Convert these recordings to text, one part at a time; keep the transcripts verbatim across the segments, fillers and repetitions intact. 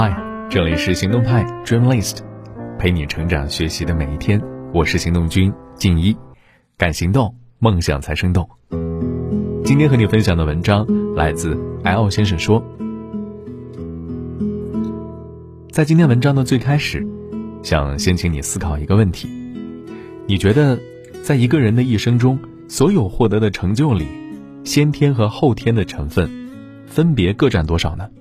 嗨，这里是行动派 Dreamlist， 陪你成长学习的每一天，我是行动君静一，敢行动，梦想才生动。今天和你分享的文章来自 L 先生说，在今天文章的最开始，想先请你思考一个问题，你觉得在一个人的一生中，所有获得的成就里，先天和后天的成分分别各占多少呢？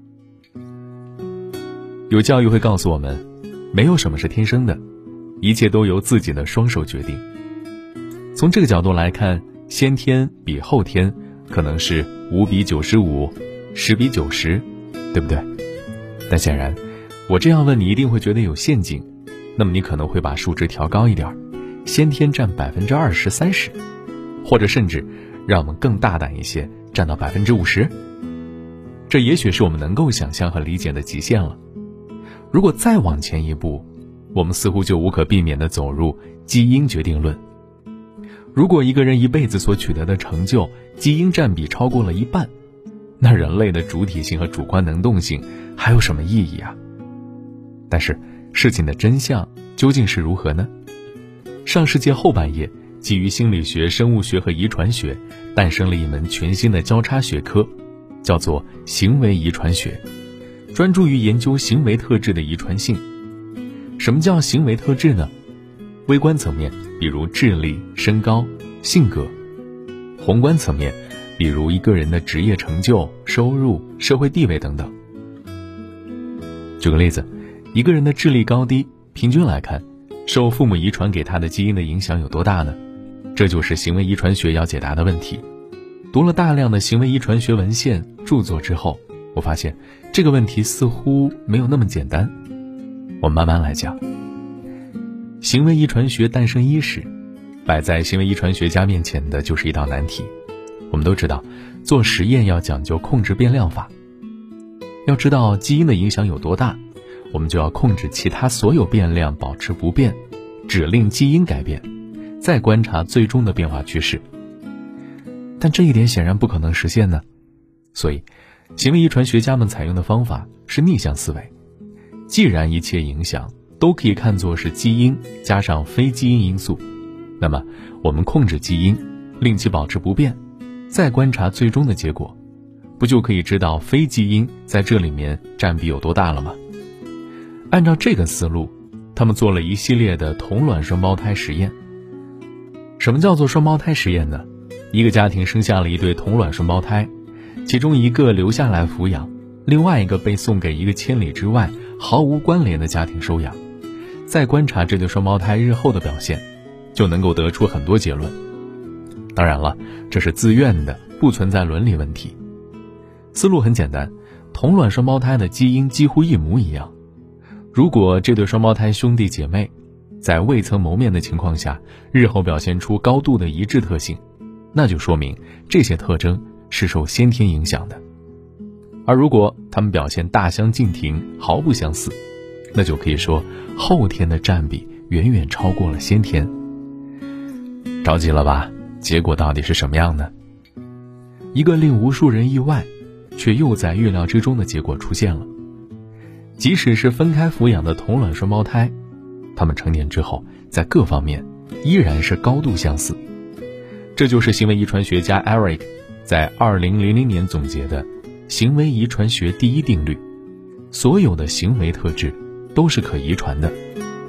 有教育会告诉我们，没有什么是天生的，一切都由自己的双手决定。从这个角度来看，先天比后天可能是五比九十五，十比九十，对不对？但显然，我这样问你一定会觉得有陷阱，那么你可能会把数值调高一点，先天占百分之二十、三十，或者甚至让我们更大胆一些，占到百分之五十。这也许是我们能够想象和理解的极限了。如果再往前一步，我们似乎就无可避免地走入基因决定论。如果一个人一辈子所取得的成就，基因占比超过了一半，那人类的主体性和主观能动性还有什么意义啊？但是事情的真相究竟是如何呢？上世纪后半叶，基于心理学、生物学和遗传学，诞生了一门全新的交叉学科，叫做行为遗传学，专注于研究行为特质的遗传性。什么叫行为特质呢？微观层面，比如智力、身高、性格；宏观层面，比如一个人的职业成就、收入、社会地位等等。举个例子，一个人的智力高低，平均来看，受父母遗传给他的基因的影响有多大呢？这就是行为遗传学要解答的问题。读了大量的行为遗传学文献著作之后，我发现这个问题似乎没有那么简单。我们慢慢来讲。行为遗传学诞生伊始，摆在行为遗传学家面前的就是一道难题。我们都知道，做实验要讲究控制变量法。要知道基因的影响有多大，我们就要控制其他所有变量保持不变，只令基因改变，再观察最终的变化趋势。但这一点显然不可能实现呢。所以行为遗传学家们采用的方法是逆向思维。既然一切影响都可以看作是基因加上非基因因素，那么我们控制基因，令其保持不变，再观察最终的结果，不就可以知道非基因在这里面占比有多大了吗？按照这个思路，他们做了一系列的同卵双胞胎实验。什么叫做双胞胎实验呢？一个家庭生下了一对同卵双胞胎，其中一个留下来抚养，另外一个被送给一个千里之外毫无关联的家庭收养。再观察这对双胞胎日后的表现，就能够得出很多结论。当然了，这是自愿的，不存在伦理问题。思路很简单，同卵双胞胎的基因几乎一模一样。如果这对双胞胎兄弟姐妹在未曾谋面的情况下，日后表现出高度的一致特性，那就说明这些特征是受先天影响的。而如果他们表现大相径庭，毫不相似，那就可以说后天的占比远远超过了先天。着急了吧？结果到底是什么样呢？一个令无数人意外，却又在预料之中的结果出现了。即使是分开抚养的同卵双胞胎，他们成年之后在各方面依然是高度相似。这就是行为遗传学家 Eric 在二零零零年总结的行为遗传学第一定律：所有的行为特质都是可遗传的。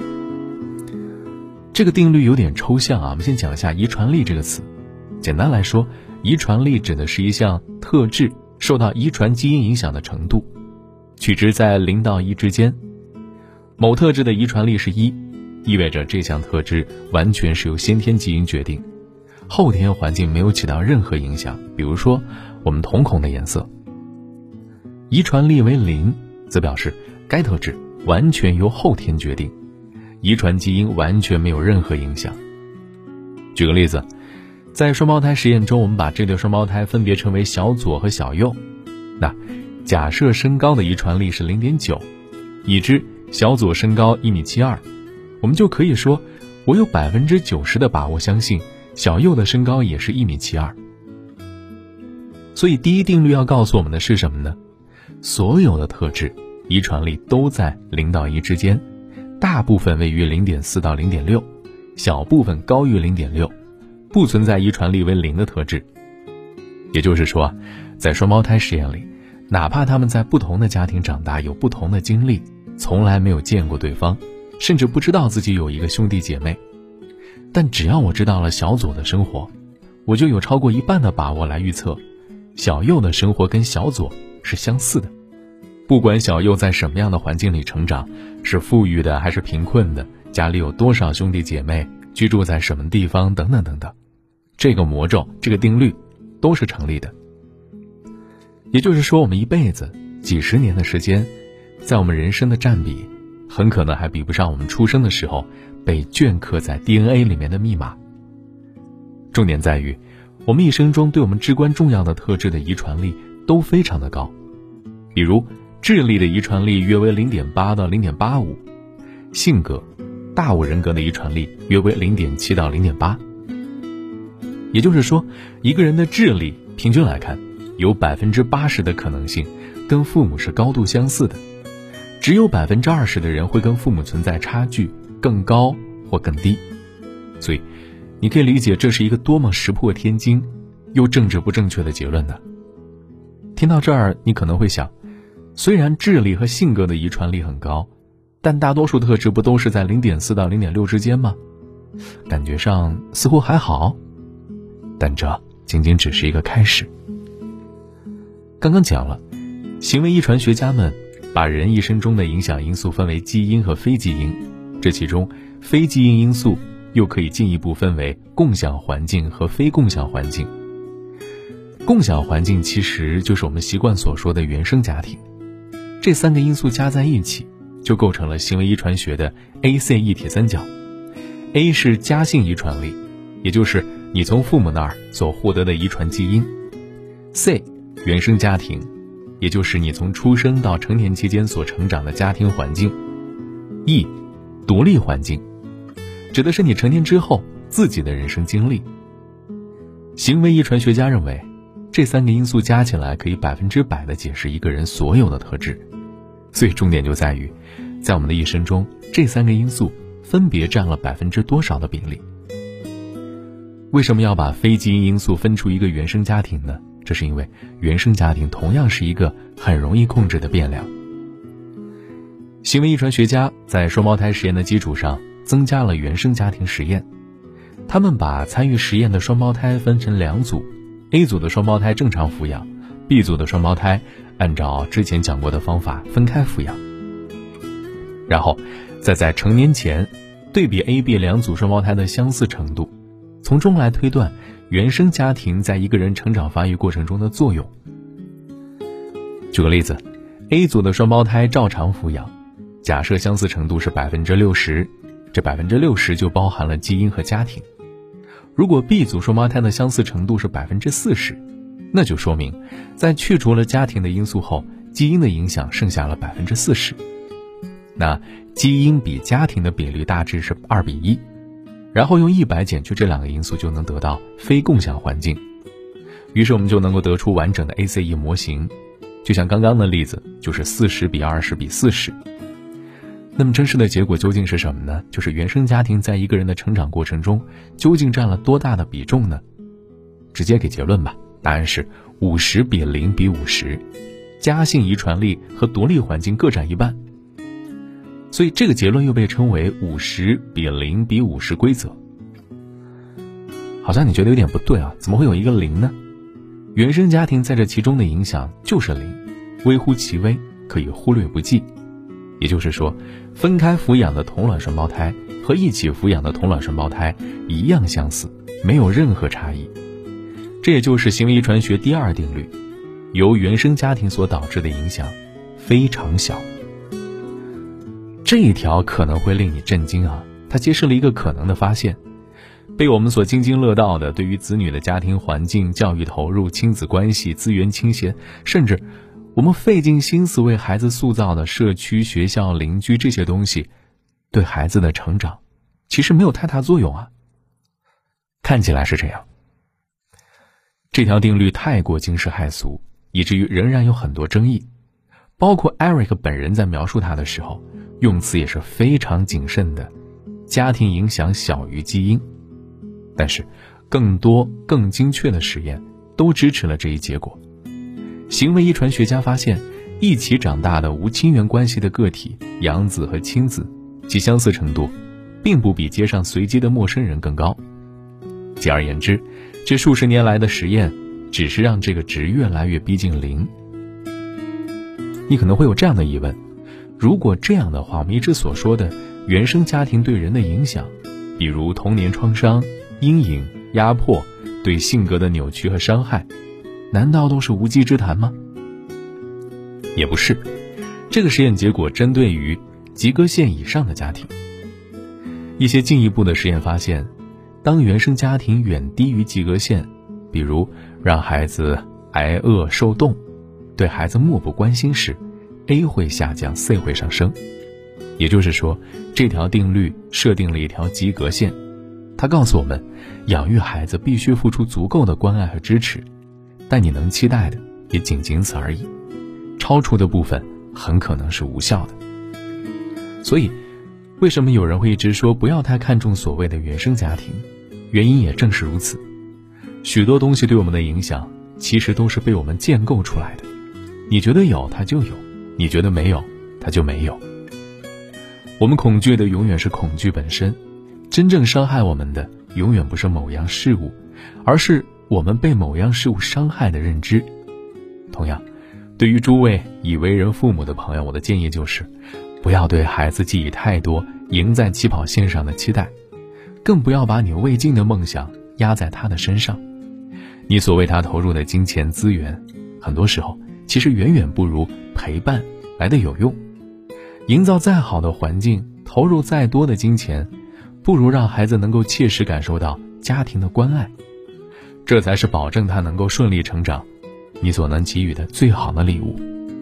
这个定律有点抽象啊，我们先讲一下遗传力这个词。简单来说，遗传力指的是一项特质受到遗传基因影响的程度，取值在零到一之间。某特质的遗传力是一，意味着这项特质完全是由先天基因决定，后天环境没有起到任何影响。比如说我们瞳孔的颜色。遗传力为零，则表示该特质完全由后天决定，遗传基因完全没有任何影响。举个例子，在双胞胎实验中，我们把这对双胞胎分别称为小左和小右。那假设身高的遗传力是 零点九， 已知小左身高一米七二，我们就可以说我有 百分之九十 的把握相信小右的身高也是一米七二。所以第一定律要告诉我们的是什么呢？所有的特质遗传力都在零到一之间，大部分位于 零点四到零点六， 小部分高于 零点六， 不存在遗传力为零的特质。也就是说，在双胞胎实验里，哪怕他们在不同的家庭长大，有不同的经历，从来没有见过对方，甚至不知道自己有一个兄弟姐妹，但只要我知道了小左的生活，我就有超过一半的把握来预测小右的生活跟小左是相似的。不管小右在什么样的环境里成长，是富裕的还是贫困的，家里有多少兄弟姐妹，居住在什么地方等等等等，这个魔咒，这个定律都是成立的。也就是说，我们一辈子几十年的时间，在我们人生的占比很可能还比不上我们出生的时候被镌刻在 D N A 里面的密码。重点在于，我们一生中对我们至关重要的特质的遗传力都非常的高。比如智力的遗传力约为 零点八到零点八五， 性格大我人格的遗传力约为 零点七到零点八。 也就是说，一个人的智力平均来看有 百分之八十 的可能性跟父母是高度相似的，只有 百分之二十 的人会跟父母存在差距，更高或更低。所以你可以理解这是一个多么石破天惊又政治不正确的结论呢？听到这儿，你可能会想，虽然智力和性格的遗传力很高，但大多数特质不都是在 零点四到零点六之间吗？感觉上似乎还好，但这仅仅只是一个开始。刚刚讲了，行为遗传学家们把人一生中的影响因素分为基因和非基因，这其中非基因因素又可以进一步分为共享环境和非共享环境。共享环境其实就是我们习惯所说的原生家庭，这三个因素加在一起就构成了行为遗传学的 A C E 铁三角。 A 是家性遗传力，也就是你从父母那儿所获得的遗传基因。 C 原生家庭，也就是你从出生到成年期间所成长的家庭环境。 E 独立环境，指的是你成年之后自己的人生经历。行为遗传学家认为，这三个因素加起来可以百分之百地解释一个人所有的特质。所以重点就在于，在我们的一生中，这三个因素分别占了百分之多少的比例。为什么要把非基因因素分出一个原生家庭呢？这是因为原生家庭同样是一个很容易控制的变量。行为遗传学家在双胞胎实验的基础上增加了原生家庭实验，他们把参与实验的双胞胎分成两组， A 组的双胞胎正常抚养， B 组的双胞胎按照之前讲过的方法分开抚养。然后再在成年前对比 A、B 两组双胞胎的相似程度，从中来推断原生家庭在一个人成长发育过程中的作用。举个例子， A 组的双胞胎照常抚养，假设相似程度是 百分之六十， 这 百分之六十 就包含了基因和家庭。如果 B 组双胞胎的相似程度是 百分之四十， 那就说明在去除了家庭的因素后，基因的影响剩下了 百分之四十。 那基因比家庭的比率大致是二比一，然后用一百减去这两个因素，就能得到非共享环境。于是我们就能够得出完整的 A C E 模型，就像刚刚的例子，就是四十比二十比四十。那么真实的结果究竟是什么呢？就是原生家庭在一个人的成长过程中究竟占了多大的比重呢？直接给结论吧，答案是五十比零比五十，家性遗传力和独立环境各占一半。所以这个结论又被称为五十比零比五十规则。好像你觉得有点不对啊，怎么会有一个零呢？原生家庭在这其中的影响就是零，微乎其微，可以忽略不计。也就是说，分开抚养的同卵双胞胎和一起抚养的同卵双胞胎一样相似，没有任何差异。这也就是行为遗传学第二定律，由原生家庭所导致的影响非常小。这一条可能会令你震惊啊，它揭示了一个可能的发现。被我们所津津乐道的对于子女的家庭环境、教育投入、亲子关系、资源倾斜，甚至我们费尽心思为孩子塑造的社区、学校、邻居这些东西，对孩子的成长其实没有太大作用啊。看起来是这样。这条定律太过惊世骇俗，以至于仍然有很多争议。 包括 Eric 本人在描述他的时候，用词也是非常谨慎的，家庭影响小于基因。但是更多更精确的实验都支持了这一结果。行为遗传学家发现，一起长大的无亲缘关系的个体养子和亲子，其相似程度并不比街上随机的陌生人更高。简而言之，这数十年来的实验只是让这个值越来越逼近零。你可能会有这样的疑问，如果这样的话，我们一直所说的原生家庭对人的影响，比如童年创伤、阴影、压迫，对性格的扭曲和伤害，难道都是无稽之谈吗？也不是。这个实验结果针对于及格线以上的家庭。一些进一步的实验发现，当原生家庭远低于及格线，比如让孩子挨饿受冻，对孩子漠不关心时， A 会下降， C 会上升。也就是说，这条定律设定了一条及格线，它告诉我们，养育孩子必须付出足够的关爱和支持，但你能期待的也仅仅此而已，超出的部分很可能是无效的。所以为什么有人会一直说不要太看重所谓的原生家庭？原因也正是如此。许多东西对我们的影响其实都是被我们建构出来的，你觉得有它就有，你觉得没有它就没有。我们恐惧的永远是恐惧本身，真正伤害我们的永远不是某样事物，而是我们被某样事物伤害的认知。同样，对于诸位已为人父母的朋友，我的建议就是不要对孩子寄予太多赢在起跑线上的期待，更不要把你未尽的梦想压在他的身上。你所为他投入的金钱资源，很多时候其实远远不如陪伴来得有用。营造再好的环境，投入再多的金钱，不如让孩子能够切实感受到家庭的关爱，这才是保证他能够顺利成长你所能给予的最好的礼物。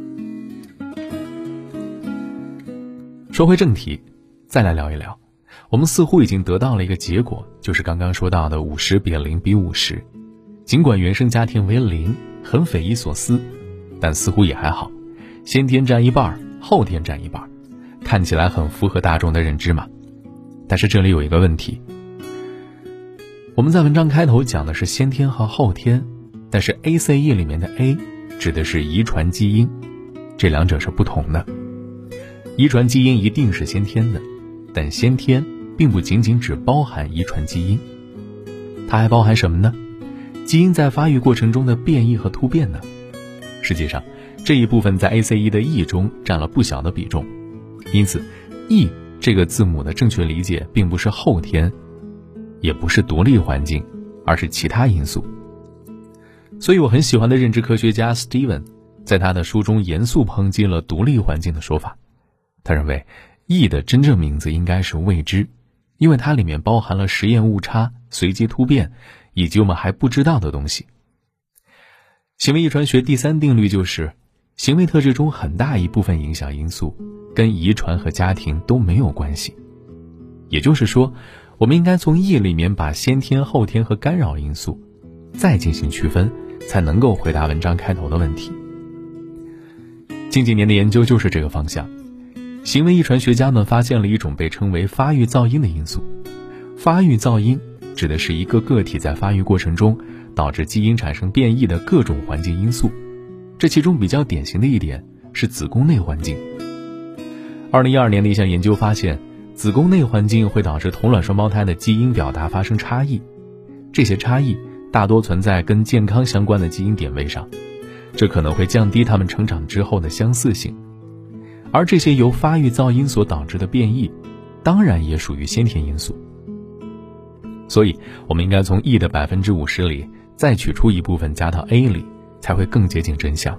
说回正题，再来聊一聊，我们似乎已经得到了一个结果，就是刚刚说到的五十比零比五十。尽管原生家庭为零，很匪夷所思，但似乎也还好，先天占一半，后天占一半，看起来很符合大众的认知嘛。但是这里有一个问题，我们在文章开头讲的是先天和后天，但是 A C E 里面的 A 指的是遗传基因，这两者是不同的。遗传基因一定是先天的，但先天并不仅仅只包含遗传基因，它还包含什么呢？基因在发育过程中的变异和突变呢？实际上，这一部分在 A C E 的 E 中占了不小的比重，因此 E 这个字母的正确理解并不是后天，也不是独立环境，而是其他因素。所以我很喜欢的认知科学家 Steven 在他的书中严肃抨击了独立环境的说法。他认为 E 的真正名字应该是未知，因为它里面包含了实验误差、随机突变以及我们还不知道的东西。行为遗传学第三定律就是，行为特质中很大一部分影响因素跟遗传和家庭都没有关系。也就是说，我们应该从 E 里面把先天、后天和干扰因素再进行区分，才能够回答文章开头的问题。近几年的研究就是这个方向。行为遗传学家们发现了一种被称为发育噪音的因素。发育噪音指的是一个个体在发育过程中导致基因产生变异的各种环境因素，这其中比较典型的一点是子宫内环境。二零一二年的一项研究发现，子宫内环境会导致同卵双胞胎的基因表达发生差异，这些差异大多存在跟健康相关的基因点位上，这可能会降低他们成长之后的相似性。而这些由发育噪音所导致的变异，当然也属于先天因素。所以我们应该从 E 的 百分之五十 里再取出一部分加到 A 里，才会更接近真相。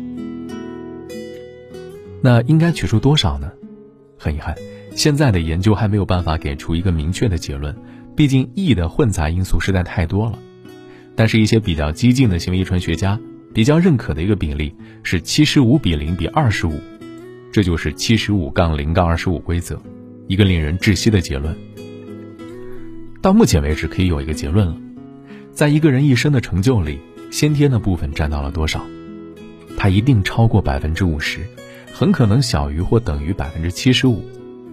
那应该取出多少呢？很遗憾，现在的研究还没有办法给出一个明确的结论，毕竟 E 的混杂因素实在太多了。但是一些比较激进的行为遗传学家比较认可的一个比例是七十五比零比二十五，这就是七十五杠零杠二十五规则，一个令人窒息的结论。到目前为止可以有一个结论了，在一个人一生的成就里，先天的部分占到了多少？它一定超过 百分之五十， 很可能小于或等于百分之七十五。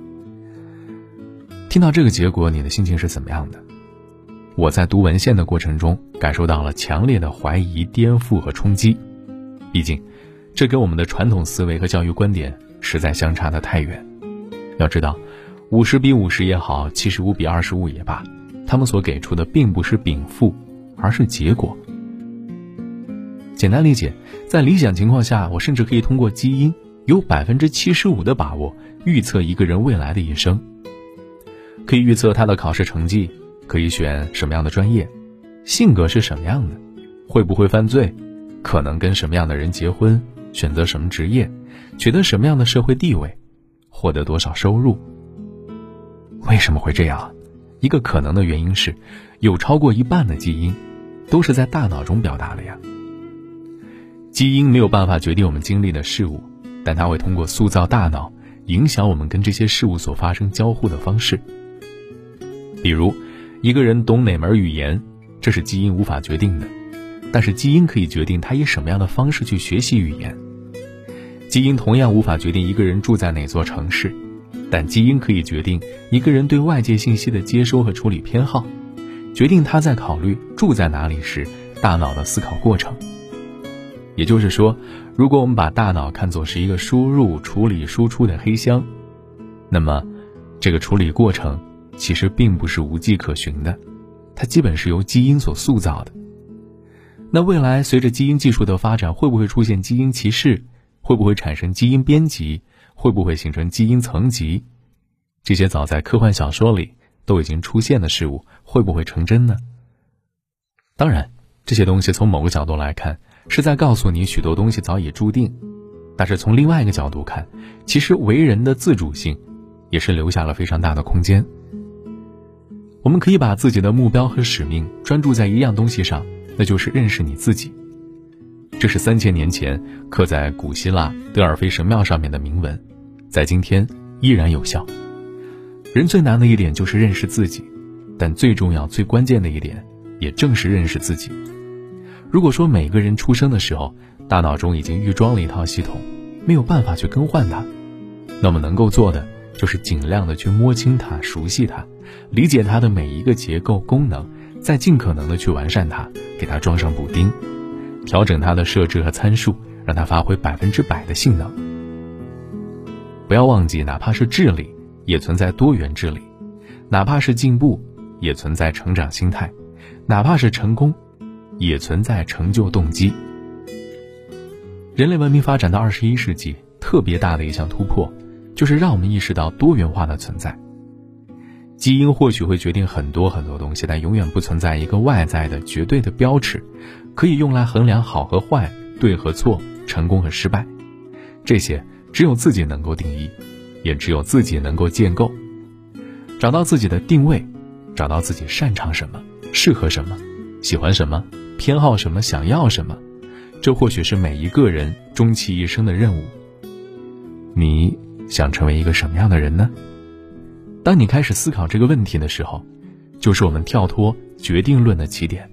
听到这个结果，你的心情是怎么样的？我在读文献的过程中，感受到了强烈的怀疑、颠覆和冲击。毕竟，这跟我们的传统思维和教育观点实在相差得太远。要知道，五十比五十也好，七十五比二十五也罢，他们所给出的并不是禀赋，而是结果。简单理解，在理想情况下，我甚至可以通过基因有百分之七十五的把握预测一个人未来的一生，可以预测他的考试成绩，可以选什么样的专业，性格是什么样的，会不会犯罪，可能跟什么样的人结婚，选择什么职业，取得什么样的社会地位，获得多少收入。为什么会这样？一个可能的原因是，有超过一半的基因都是在大脑中表达的呀。基因没有办法决定我们经历的事物，但它会通过塑造大脑，影响我们跟这些事物所发生交互的方式。比如，一个人懂哪门语言，这是基因无法决定的，但是基因可以决定他以什么样的方式去学习语言。基因同样无法决定一个人住在哪座城市，但基因可以决定一个人对外界信息的接收和处理偏好，决定他在考虑住在哪里时大脑的思考过程。也就是说，如果我们把大脑看作是一个输入、处理、输出的黑箱，那么这个处理过程其实并不是无迹可寻的，它基本是由基因所塑造的。那未来随着基因技术的发展，会不会出现基因歧视？会不会产生基因编辑？会不会形成基因层级？这些早在科幻小说里都已经出现的事物，会不会成真呢？当然，这些东西从某个角度来看，是在告诉你许多东西早已注定，但是从另外一个角度看，其实为人的自主性也是留下了非常大的空间。我们可以把自己的目标和使命专注在一样东西上，那就是认识你自己。这是三千年前刻在古希腊德尔菲神庙上面的铭文，在今天依然有效。人最难的一点就是认识自己，但最重要最关键的一点也正是认识自己。如果说每个人出生的时候大脑中已经预装了一套系统，没有办法去更换它，那么能够做的就是尽量的去摸清它，熟悉它，理解它的每一个结构功能，再尽可能的去完善它，给它装上补丁，调整它的设置和参数，让它发挥百分之百的性能。不要忘记，哪怕是智力也存在多元智力，哪怕是进步也存在成长心态，哪怕是成功也存在成就动机。人类文明发展到二十一世纪，特别大的一项突破就是让我们意识到多元化的存在。基因或许会决定很多很多东西，但永远不存在一个外在的绝对的标尺，可以用来衡量好和坏、对和错、成功和失败。这些只有自己能够定义，也只有自己能够建构。找到自己的定位，找到自己擅长什么、适合什么、喜欢什么、偏好什么、想要什么，这或许是每一个人终其一生的任务。你想成为一个什么样的人呢？当你开始思考这个问题的时候，就是我们跳脱决定论的起点。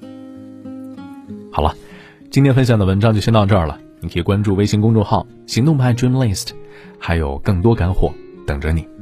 好了，今天分享的文章就先到这儿了。你可以关注微信公众号行动派 Dream List， 还有更多干货等着你。